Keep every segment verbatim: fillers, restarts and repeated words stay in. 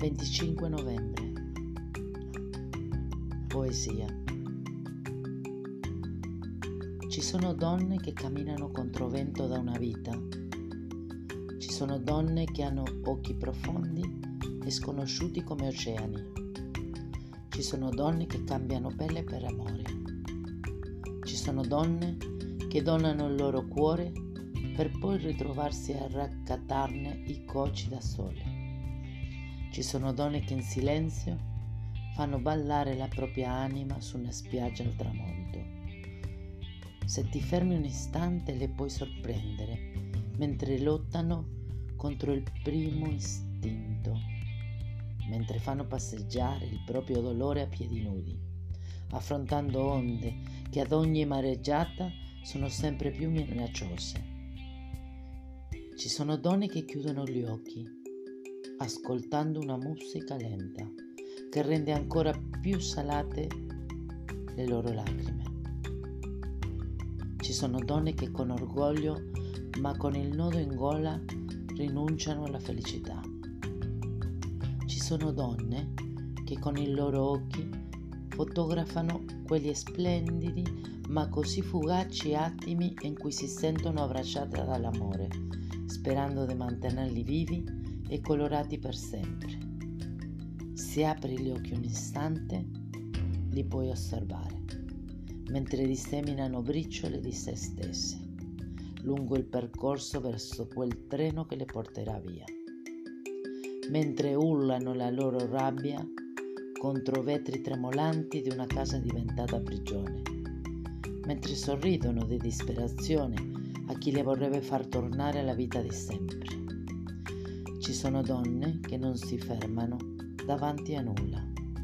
venticinque novembre. Poesia. Ci sono donne che camminano controvento da una vita. Ci sono donne che hanno occhi profondi e sconosciuti come oceani. Ci sono donne che cambiano pelle per amore. Ci sono donne che donano il loro cuore per poi ritrovarsi a raccattarne i cocci da sole. Ci sono donne che in silenzio fanno ballare la propria anima su una spiaggia al tramonto. Se ti fermi un istante le puoi sorprendere mentre lottano contro il primo istinto, mentre fanno passeggiare il proprio dolore a piedi nudi, affrontando onde che ad ogni mareggiata sono sempre più minacciose. Ci sono donne che chiudono gli occhi ascoltando una musica lenta che rende ancora più salate le loro lacrime. Ci sono donne che con orgoglio, ma con il nodo in gola, rinunciano alla felicità. Ci sono donne che con i loro occhi fotografano quegli splendidi ma così fugaci attimi in cui si sentono abbracciate dall'amore, sperando di mantenerli vivi e colorati per sempre. Se apri gli occhi un istante, li puoi osservare, mentre disseminano briciole di se stesse, lungo il percorso verso quel treno che le porterà via, mentre urlano la loro rabbia contro vetri tremolanti di una casa diventata prigione, mentre sorridono di disperazione a chi le vorrebbe far tornare alla vita di sempre. Ci sono donne che non si fermano davanti a nulla,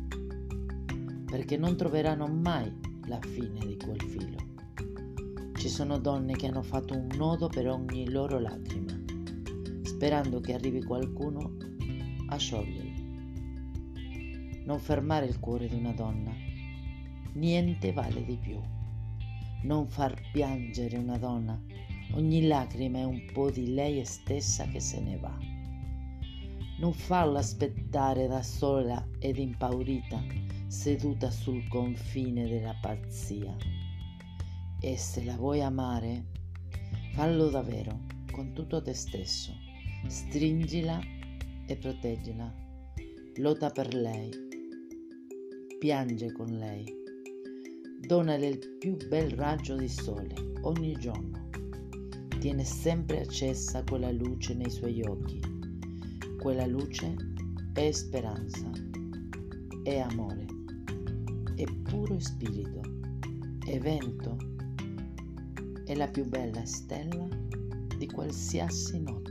perché non troveranno mai la fine di quel filo. Ci sono donne che hanno fatto un nodo per ogni loro lacrima, sperando che arrivi qualcuno a scioglierli. Non fermare il cuore di una donna, niente vale di più. Non far piangere una donna, ogni lacrima è un po' di lei stessa che se ne va. Non farla aspettare da sola ed impaurita, seduta sul confine della pazzia. E se la vuoi amare, fallo davvero, con tutto te stesso. Stringila e proteggila. Lotta per lei. Piange con lei. Donale il più bel raggio di sole ogni giorno. Tiene sempre accesa quella luce nei suoi occhi. Quella luce è speranza, è amore, è puro spirito, è vento, è la più bella stella di qualsiasi notte.